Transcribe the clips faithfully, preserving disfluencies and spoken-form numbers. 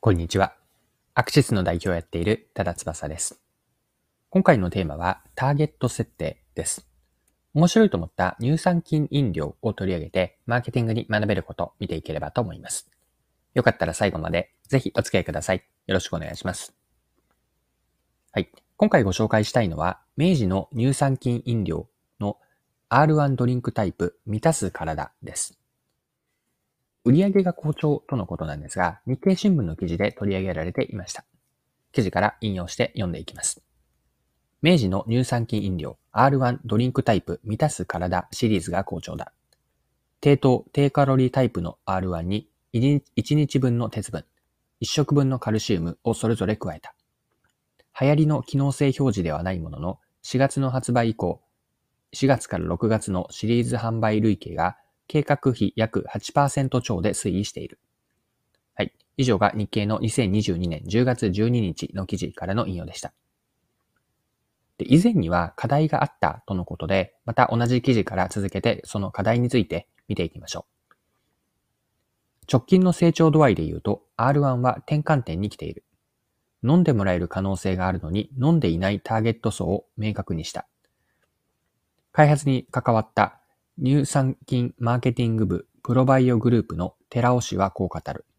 こんにちは。アクシスの代表をやっている多田翼です。今回のテーマはターゲット設定です。面白いと思った乳酸菌飲料を取り上げてマーケティングに学べることを見ていければと思います。よかったら最後までぜひお付き合いください。よろしくお願いします。はい。今回ご紹介したいのは明治の乳酸菌飲料の アールワン ドリンクタイプ満たす体です。売上が好調とのことなんですが、日経新聞の記事で取り上げられていました。記事から引用して読んでいきます。明治の乳酸菌飲料 アールワン ドリンクタイプ満たす体シリーズが好調だ。低糖、低カロリータイプの アールワン にいちにちぶんの鉄分、いっしょくぶんのカルシウムをそれぞれ加えた。流行りの機能性表示ではないものの、しがつの発売以降、しがつからろくがつのシリーズ販売累計が計画比約 はちパーセント 超で推移している。はい。以上が日経のにせんにじゅうにねんじゅうがつじゅうににちの記事からの引用でした。で、以前には課題があったとのことで、また同じ記事から続けてその課題について見ていきましょう。直近の成長度合いで言うと アールワン は転換点に来ている。飲んでもらえる可能性があるのに飲んでいないターゲット層を明確にした。開発に関わった乳酸菌マーケティング部プロバイオグループの寺尾氏はこう語る。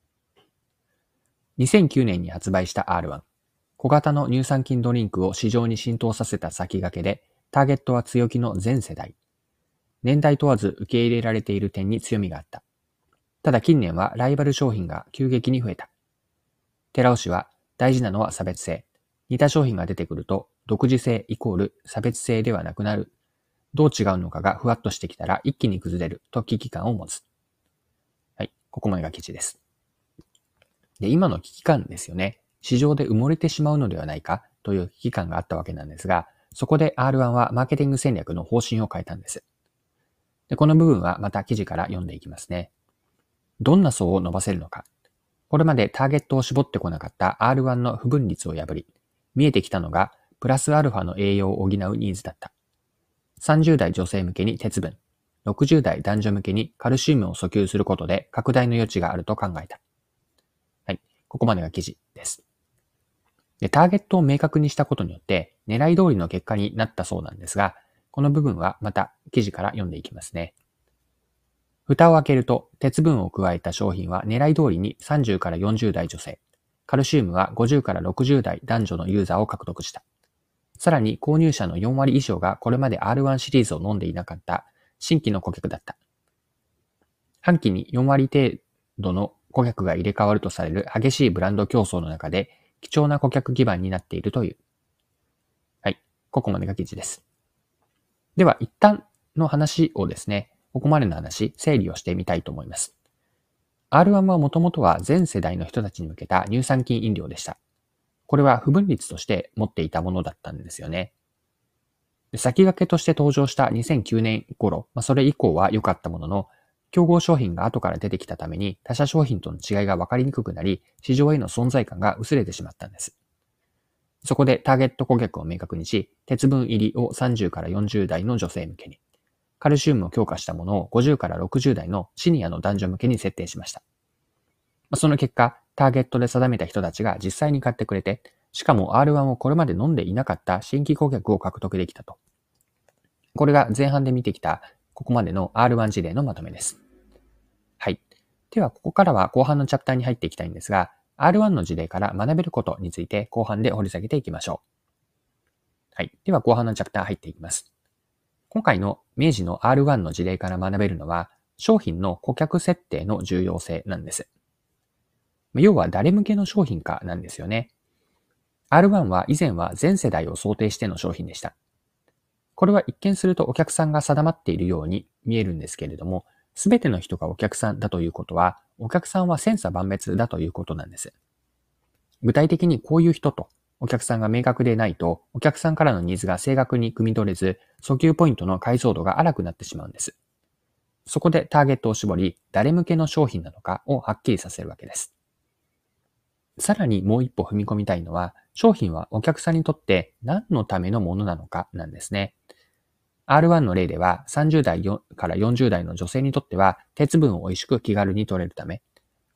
にせんきゅうねんに発売した アールワン。小型の乳酸菌ドリンクを市場に浸透させた先駆けで、ターゲットは強気の全世代。年代問わず受け入れられている点に強みがあった。ただ近年はライバル商品が急激に増えた。寺尾氏は大事なのは差別性。似た商品が出てくると、独自性イコール差別性ではなくなる。どう違うのかがふわっとしてきたら一気に崩れると危機感を持つ。はい、ここまでが記事です。で、今の危機感ですよね。市場で埋もれてしまうのではないかという危機感があったわけなんですが、そこで アールワン はマーケティング戦略の方針を変えたんです。で、この部分はまた記事から読んでいきますね。どんな層を伸ばせるのか。これまでターゲットを絞ってこなかった アールワン の不分率を破り、見えてきたのがプラスアルファの栄養を補うニーズだった。さんじゅうだい女性向けに鉄分、ろくじゅうだい男女向けにカルシウムを訴求することで拡大の余地があると考えた。はい、ここまでが記事です。で、ターゲットを明確にしたことによって狙い通りの結果になったそうなんですが、この部分はまた記事から読んでいきますね。蓋を開けると鉄分を加えた商品は狙い通りにさんじゅうからよんじゅうだい女性、カルシウムはごじゅうからろくじゅうだい男女のユーザーを獲得した。さらに購入者のよんわり以上がこれまで アールワン シリーズを飲んでいなかった新規の顧客だった。半期によんわり程度の顧客が入れ替わるとされる激しいブランド競争の中で貴重な顧客基盤になっているという。はい。ここまでが記事です。では、一旦の話をですね、ここまでの話、整理をしてみたいと思います。アールワン はもともとは全世代の人たちに向けた乳酸菌飲料でした。これは不分率として持っていたものだったんですよね。で、先駆けとして登場したにせんきゅうねん頃、まあ、それ以降は良かったものの、競合商品が後から出てきたために他社商品との違いが分かりにくくなり、市場への存在感が薄れてしまったんです。そこでターゲット顧客を明確にし、鉄分入りをさんじゅうからよんじゅうだいの女性向けに、カルシウムを強化したものをごじゅうからろくじゅうだいのシニアの男女向けに設定しました。その結果、ターゲットで定めた人たちが実際に買ってくれて、しかも アールワン をこれまで飲んでいなかった新規顧客を獲得できたと。これが前半で見てきたここまでの アールワン 事例のまとめです。はい。では、ここからは後半のチャプターに入っていきたいんですが、アールワン の事例から学べることについて後半で掘り下げていきましょう。はい。では、後半のチャプター入っていきます。今回の明治の アールワン の事例から学べるのは、商品の顧客設定の重要性なんです。要は誰向けの商品かなんですよね。アールワン は以前は全世代を想定しての商品でした。これは一見するとお客さんが定まっているように見えるんですけれども、すべての人がお客さんだということは、お客さんは千差万別だということなんです。具体的にこういう人とお客さんが明確でないと、お客さんからのニーズが正確に汲み取れず、訴求ポイントの解像度が荒くなってしまうんです。そこでターゲットを絞り、誰向けの商品なのかをはっきりさせるわけです。さらにもう一歩踏み込みたいのは、商品はお客さんにとって何のためのものなのかなんですね。アールワン の例ではさんじゅうだいからよんじゅうだいの女性にとっては鉄分を美味しく気軽に摂れるため、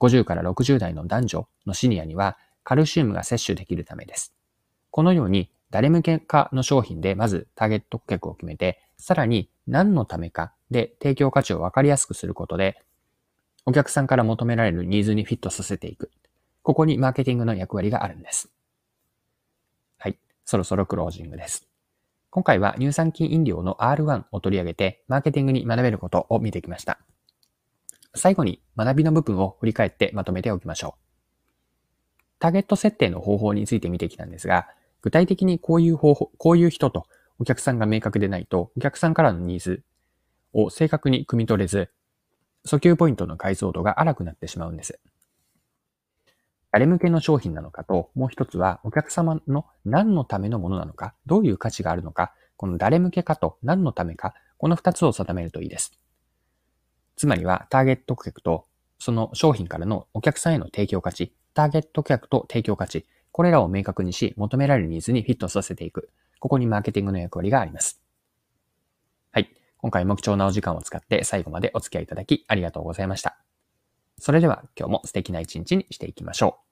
ごじゅうからろくじゅう代の男女のシニアにはカルシウムが摂取できるためです。このように誰向けかの商品でまずターゲット顧客を決めて、さらに何のためかで提供価値を分かりやすくすることで、お客さんから求められるニーズにフィットさせていく。ここにマーケティングの役割があるんです。はい。そろそろクロージングです。今回は乳酸菌飲料の アールワン を取り上げて、マーケティングに学べることを見てきました。最後に学びの部分を振り返ってまとめておきましょう。ターゲット設定の方法について見てきたんですが、具体的にこういう方法、こういう人とお客さんが明確でないと、お客さんからのニーズを正確に汲み取れず、訴求ポイントの解像度が荒くなってしまうんです。誰向けの商品なのかと、もう一つはお客様の何のためのものなのか、どういう価値があるのか、この誰向けかと何のためか、この二つを定めるといいです。つまりはターゲット顧客とその商品からのお客さんへの提供価値、ターゲット顧客と提供価値、これらを明確にし求められるニーズにフィットさせていく。ここにマーケティングの役割があります。はい。今回も貴重なお時間を使って最後までお付き合いいただきありがとうございました。それでは今日も素敵な一日にしていきましょう。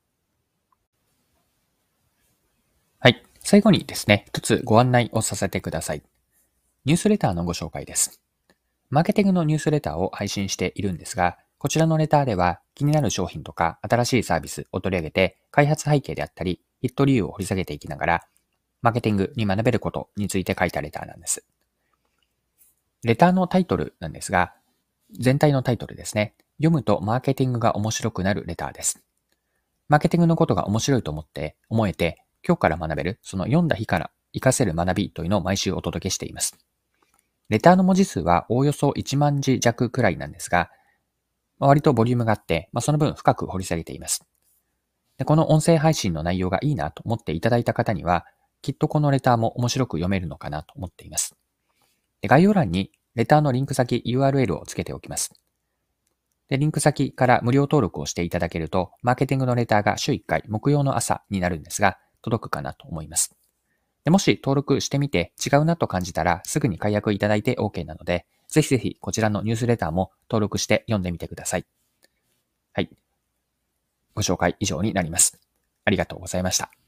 はい。最後にですね、一つご案内をさせてください。ニュースレターのご紹介です。マーケティングのニュースレターを配信しているんですが、こちらのレターでは気になる商品とか新しいサービスを取り上げて、開発背景であったり、ヒット理由を掘り下げていきながら、マーケティングに学べることについて書いたレターなんです。レターのタイトルなんですが、全体のタイトルですね。読むとマーケティングが面白くなるレターです。マーケティングのことが面白いと思って、思えて、今日から学べる、その読んだ日から活かせる学びというのを毎週お届けしています。レターの文字数はおおよそいちまんじ弱くらいなんですが、割とボリュームがあって、まあ、その分深く掘り下げています。で、この音声配信の内容がいいなと思っていただいた方には、きっとこのレターも面白く読めるのかなと思っています。で、概要欄にレターのリンク先 ユーアールエル をつけておきます。で、リンク先から無料登録をしていただけると、マーケティングのレターが週いっかい木曜の朝になるんですが、届くかなと思います。で、もし登録してみて違うなと感じたらすぐに解約いただいて OK なので、ぜひぜひこちらのニュースレターも登録して読んでみてください。はい。ご紹介以上になります。ありがとうございました。